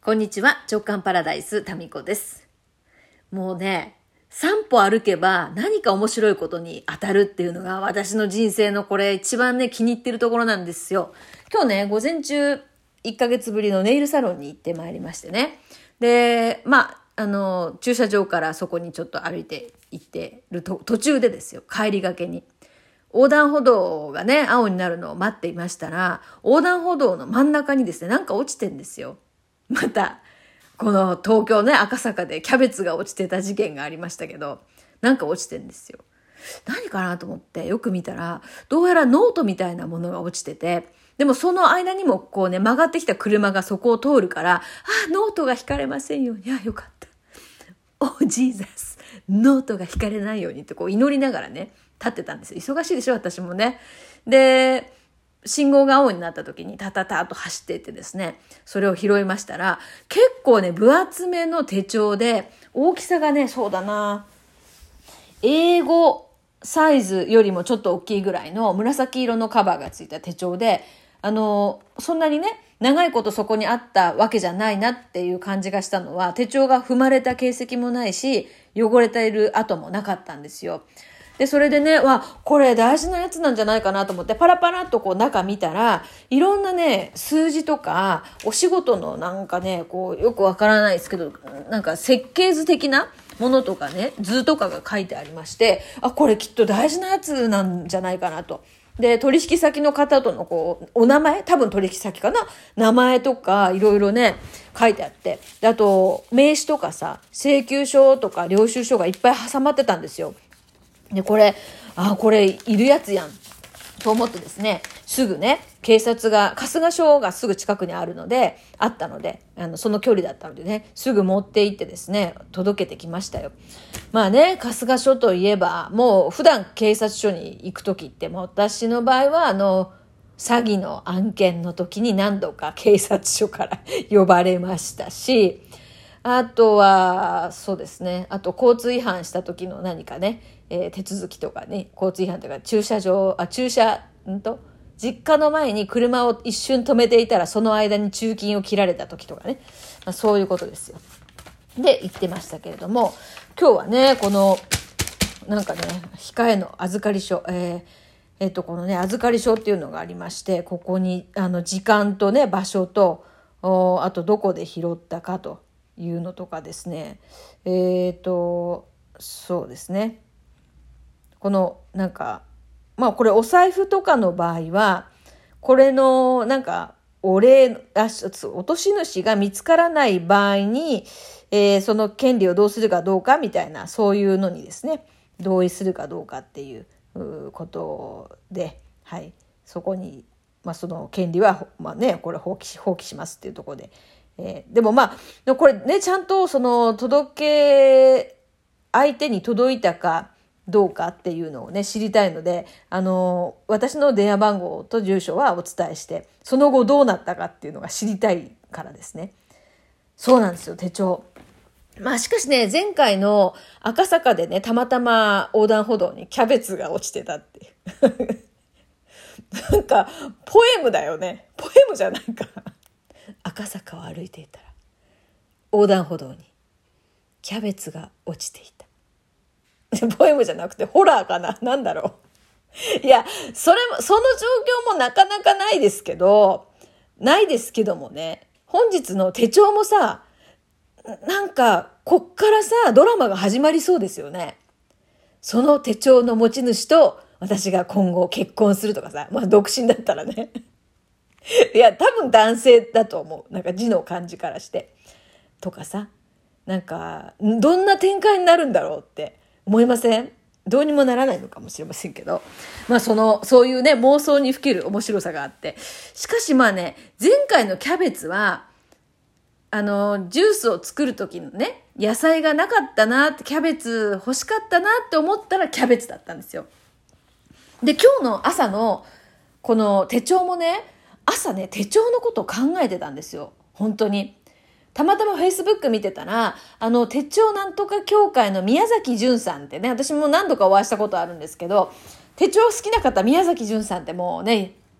こんにちは、直感パラダイスタミコです。もうね、3歩歩けば何か面白いことに当たるっていうのが私の人生のこれ一番ね気に入ってるところなんですよ。今日ね、午前中1ヶ月ぶりのネイルサロンに行ってまいりましてね。で、駐車場からそこにちょっと歩いて行ってる途中でですよ、帰りがけに。横断歩道がね、青になるのを待っていましたら、横断歩道の真ん中にですね、なんか落ちてんですよ。また、この東京ね、赤坂でキャベツが落ちてた事件がありましたけど、なんか落ちてんですよ。何かなと思ってよく見たら、どうやらノートみたいなものが落ちてて、でもその間にもこうね、曲がってきた車がそこを通るから、ノートが引かれませんように、よかった。ジーザス、ノートが引かれないようにってこう祈りながらね、立ってたんですよ。忙しいでしょ、私もね。で、信号が青になった時にタタタと走っていってですね、それを拾いましたら、結構ね、分厚めの手帳で、大きさがね、そうだな、英語サイズよりもちょっと大きいぐらいの紫色のカバーがついた手帳で、そんなにね、長いことそこにあったわけじゃないなっていう感じがしたのは、手帳が踏まれた形跡もないし、汚れている跡もなかったんですよ。で、それでね、これ大事なやつなんじゃないかなと思って、パラパラっとこう中見たら、いろんなね、数字とか、お仕事のなんかね、こう、よくわからないですけど、なんか設計図的なものとかね、図とかが書いてありまして、これきっと大事なやつなんじゃないかなと。で、取引先の方とのこう、お名前、多分取引先かな、名前とか、いろいろね、書いてあって。で、あと、名刺とかさ、請求書とか領収書がいっぱい挟まってたんですよ。で、これいるやつやんと思ってですね、すぐね、警察が、春日署がすぐ近くにあるので、あったので、その距離だったのでね、すぐ持って行ってですね、届けてきましたよ。まあね、春日署といえば、もう普段警察署に行くときって、も私の場合は、詐欺の案件の時に何度か警察署から呼ばれましたし、あとは、そうですね。あと、交通違反した時の何かね、手続きとかね、交通違反とか、実家の前に車を一瞬止めていたら、その間に駐金を切られた時とかね。そういうことですよ。で、言ってましたけれども、今日はね、この、なんかね、控えの預かり書、このね、預かり書っていうのがありまして、ここに、時間とね、場所と、あとどこで拾ったかというのとかですね。そうですね。このなんかこれお財布とかの場合はこれのなんか落とし主が見つからない場合に、その権利をどうするかどうかみたいなそういうのにですね同意するかどうかっていうことで、はい、そこに、その権利は、これ放棄しますっていうところで、でもこれねちゃんとその相手に届いたかどうかっていうのをね知りたいので、私の電話番号と住所はお伝えして、その後どうなったかっていうのが知りたいからですね。そうなんですよ、手帳。しかしね、前回の赤坂でね、たまたま横断歩道にキャベツが落ちてたっていう。なんか、ポエムだよね。ポエムじゃないか。赤坂を歩いていたら、横断歩道にキャベツが落ちていた。ポエムじゃなくてホラーかな、なんだろう。いや、その状況もなかなかないですけどもね、本日の手帳もさ、なんか、こっからさ、ドラマが始まりそうですよね。その手帳の持ち主と私が今後結婚するとかさ、独身だったらね。いや、多分男性だと思う。なんか字の感じからして。とかさ、なんか、どんな展開になるんだろうって思いません？どうにもならないのかもしれませんけど。そういうね、妄想にふける面白さがあって。しかし前回のキャベツは、ジュースを作る時のね、野菜がなかったなって、キャベツ欲しかったなって思ったらキャベツだったんですよ。で、今日の朝のこの手帳もね、朝ね、手帳のことを考えてたんですよ。本当に。たまたま Facebook 見てたら、手帳なんとか協会の宮崎純さんってね、私も何度かお会いしたことあるんですけど、手帳好きな方、宮崎純さんってもうね、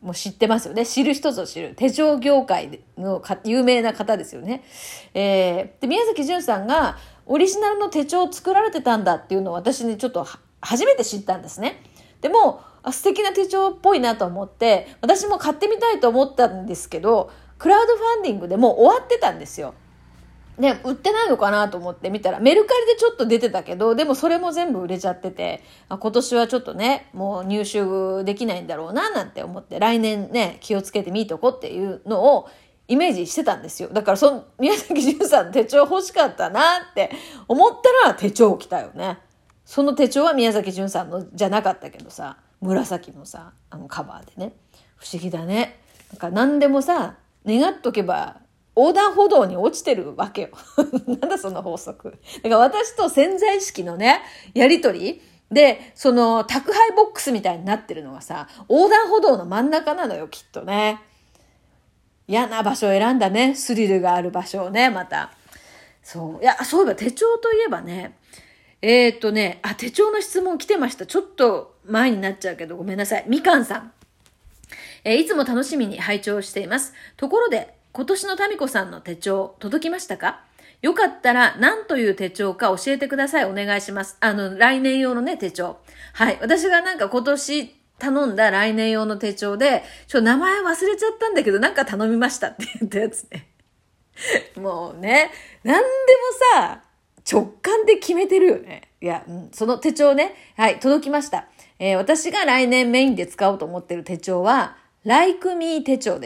もう知ってますよね。知る人ぞ知る。手帳業界の有名な方ですよね。で、宮崎純さんがオリジナルの手帳を作られてたんだっていうのを私にちょっと初めて知ったんですね。でも、素敵な手帳っぽいなと思って、私も買ってみたいと思ったんですけど、クラウドファンディングでもう終わってたんですよ。で、売ってないのかなと思って見たら、メルカリでちょっと出てたけど、でもそれも全部売れちゃってて、今年はちょっとね、もう入手できないんだろうな、なんて思って、来年ね、気をつけてみとこっていうのをイメージしてたんですよ。だから宮崎純さんの手帳欲しかったなって思ったら手帳来たよね。その手帳は宮崎純さんのじゃなかったけどさ、紫のさ、カバーでね。不思議だね。なんか何でもさ、願っとけば、横断歩道に落ちてるわけよ。なんだその法則。だから私と潜在意識のね、やりとりで、その宅配ボックスみたいになってるのがさ、横断歩道の真ん中なのよ、きっとね。嫌な場所を選んだね。スリルがある場所をね、また。そう。いや、そういえば手帳といえばね、手帳の質問来てました。ちょっと前になっちゃうけどごめんなさい。みかんさん。いつも楽しみに拝聴しています。ところで、今年のタミコさんの手帳届きましたか？よかったら何という手帳か教えてください。お願いします。来年用のね、手帳。はい。私がなんか今年頼んだ来年用の手帳で、名前忘れちゃったんだけど、なんか頼みましたって言ったやつね。もうね、なんでもさ、直感で決めてるよね。いや、その手帳ね、はい、届きました。私が来年メインで使おうと思ってる手帳は、Like Me 手帳です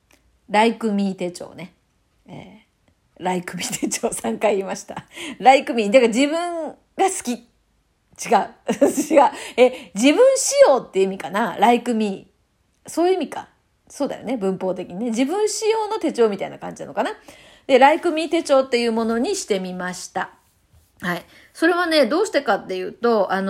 。Like Me 手帳ね。Like Me 手帳3回言いました。Like Me。だから自分が好き。違う。違う。自分仕様って意味かな。Like Me。そういう意味か。そうだよね。文法的にね。自分仕様の手帳みたいな感じなのかな。で、Like Me 手帳っていうものにしてみました。はい。それはね、どうしてかっていうと、バ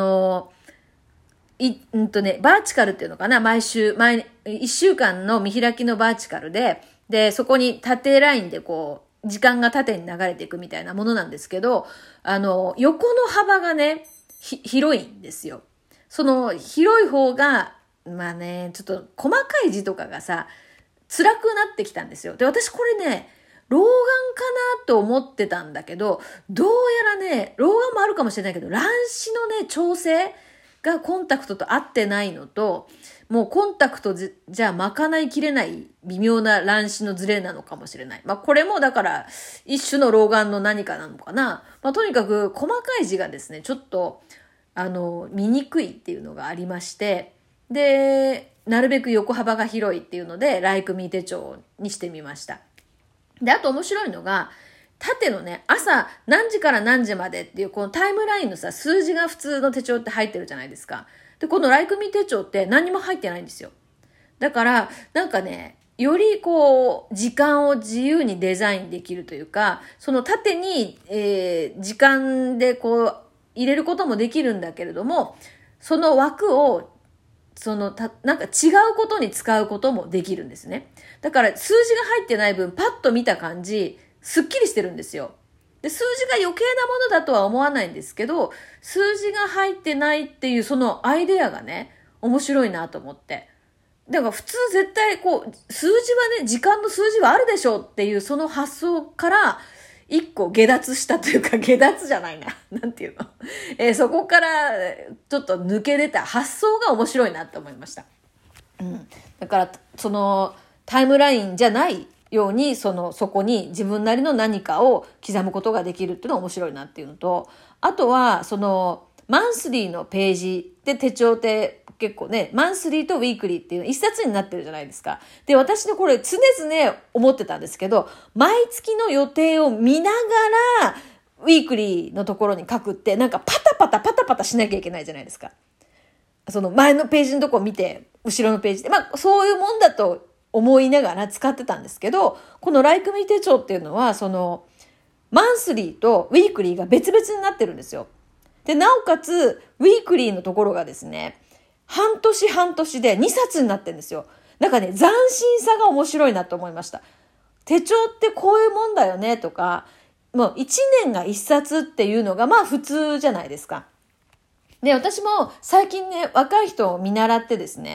ーチカルっていうのかな、1週間の見開きのバーチカルで、そこに縦ラインでこう、時間が縦に流れていくみたいなものなんですけど、横の幅がね、広いんですよ。その広い方が、まあね、ちょっと細かい字とかがさ、辛くなってきたんですよ。で、私これね、老眼かなと思ってたんだけど、どうやらね、老眼もあるかもしれないけど、乱視のね、調整がコンタクトと合ってないのと、もうコンタクトじゃ賄いきれない微妙な乱視のズレなのかもしれない。まあこれもだから一種の老眼の何かなのかな。まあとにかく細かい字がですね、ちょっと見にくいっていうのがありまして、で、なるべく横幅が広いっていうので、Like Me 手帳にしてみました。で、あと面白いのが、縦のね、朝何時から何時までっていうこのタイムラインのさ、数字が普通の手帳って入ってるじゃないですか。で、このLike Me手帳って何にも入ってないんですよ。だから、なんかね、よりこう、時間を自由にデザインできるというか、その縦に、時間でこう、入れることもできるんだけれども、その枠をなんか違うことに使うこともできるんですね。だから数字が入ってない分、パッと見た感じ、すっきりしてるんですよ。で、数字が余計なものだとは思わないんですけど、数字が入ってないっていうそのアイデアがね、面白いなと思って。だから普通絶対こう、数字はね、時間の数字はあるでしょうっていうその発想から、一個下脱したというか、下脱じゃないな。なんていうの、そこからちょっと抜け出た発想が面白いなと思いました。だから、そのタイムラインじゃないように、そこに自分なりの何かを刻むことができるっていうのが面白いなっていうのと、あとは、マンスリーのページで手帳って結構ね、マンスリーとウィークリーっていう一冊になってるじゃないですか。で、私ね、これ常々思ってたんですけど、毎月の予定を見ながら、ウィークリーのところに書くって、なんかパタパタしなきゃいけないじゃないですか。その前のページのとこを見て、後ろのページで。まあ、そういうもんだと思いながら使ってたんですけど、このLike Me手帳っていうのは、マンスリーとウィークリーが別々になってるんですよ。で、なおかつ、ウィークリーのところがですね、半年で2冊になってるんですよ。なんかね、斬新さが面白いなと思いました。手帳ってこういうもんだよねとか、もう1年が1冊っていうのがまあ普通じゃないですか。で、私も最近ね、若い人を見習ってですね、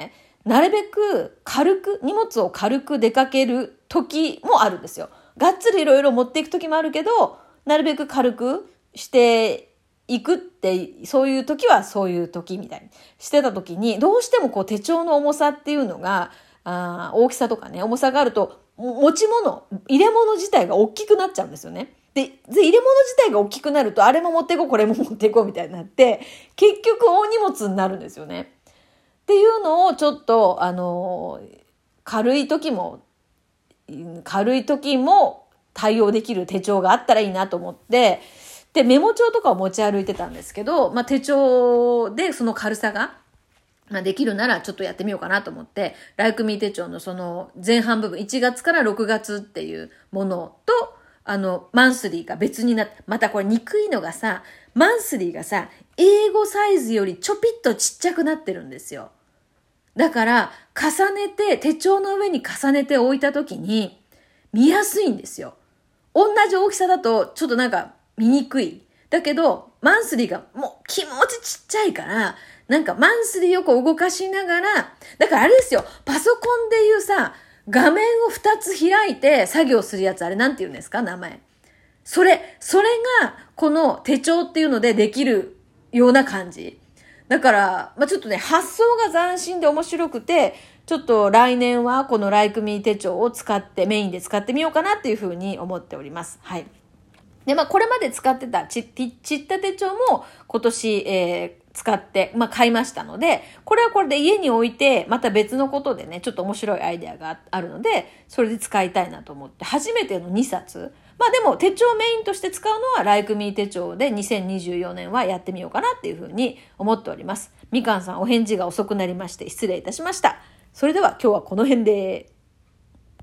なるべく荷物を軽く出かける時もあるんですよ。がっつりいろいろ持っていく時もあるけど、なるべく軽くしていくって、そういう時はそういう時みたいにしてた時に、どうしても手帳の重さっていうのが、大きさとかね、重さがあると、入れ物自体が大きくなっちゃうんですよね。で、入れ物自体が大きくなると、あれも持っていこう、これも持っていこうみたいになって、結局大荷物になるんですよね。っていうのをちょっと、軽い時も対応できる手帳があったらいいなと思って、で、メモ帳とかを持ち歩いてたんですけど、手帳でその軽さが、できるならちょっとやってみようかなと思って、ライクミー手帳のその前半部分、1月から6月っていうものと、マンスリーが別になって、またこれ憎いのがさ、マンスリーがさ、英語サイズよりちょぴっとちっちゃくなってるんですよ。だから、手帳の上に重ねて置いたときに、見やすいんですよ。同じ大きさだと、ちょっとなんか見にくい。だけど、マンスリーがもう気持ちちっちゃいから、なんかマンスリーを動かしながら、だからあれですよ、パソコンでいうさ、画面を2つ開いて作業するやつ、あれなんて言うんですか、名前。それがこの手帳っていうのでできるような感じ。だから、ちょっとね、発想が斬新で面白くて、ちょっと来年はこのライクミー手帳をメインで使ってみようかなっていうふうに思っております。はい。で、これまで使ってたちった手帳も今年、使って、買いましたので、これはこれで家に置いて、また別のことでね、ちょっと面白いアイデアがあるので、それで使いたいなと思って、初めての2冊。でも手帳メインとして使うのはライクミー手帳で2024年はやってみようかなっていうふうに思っております。みかんさんお返事が遅くなりまして失礼いたしました。それでは今日はこの辺で。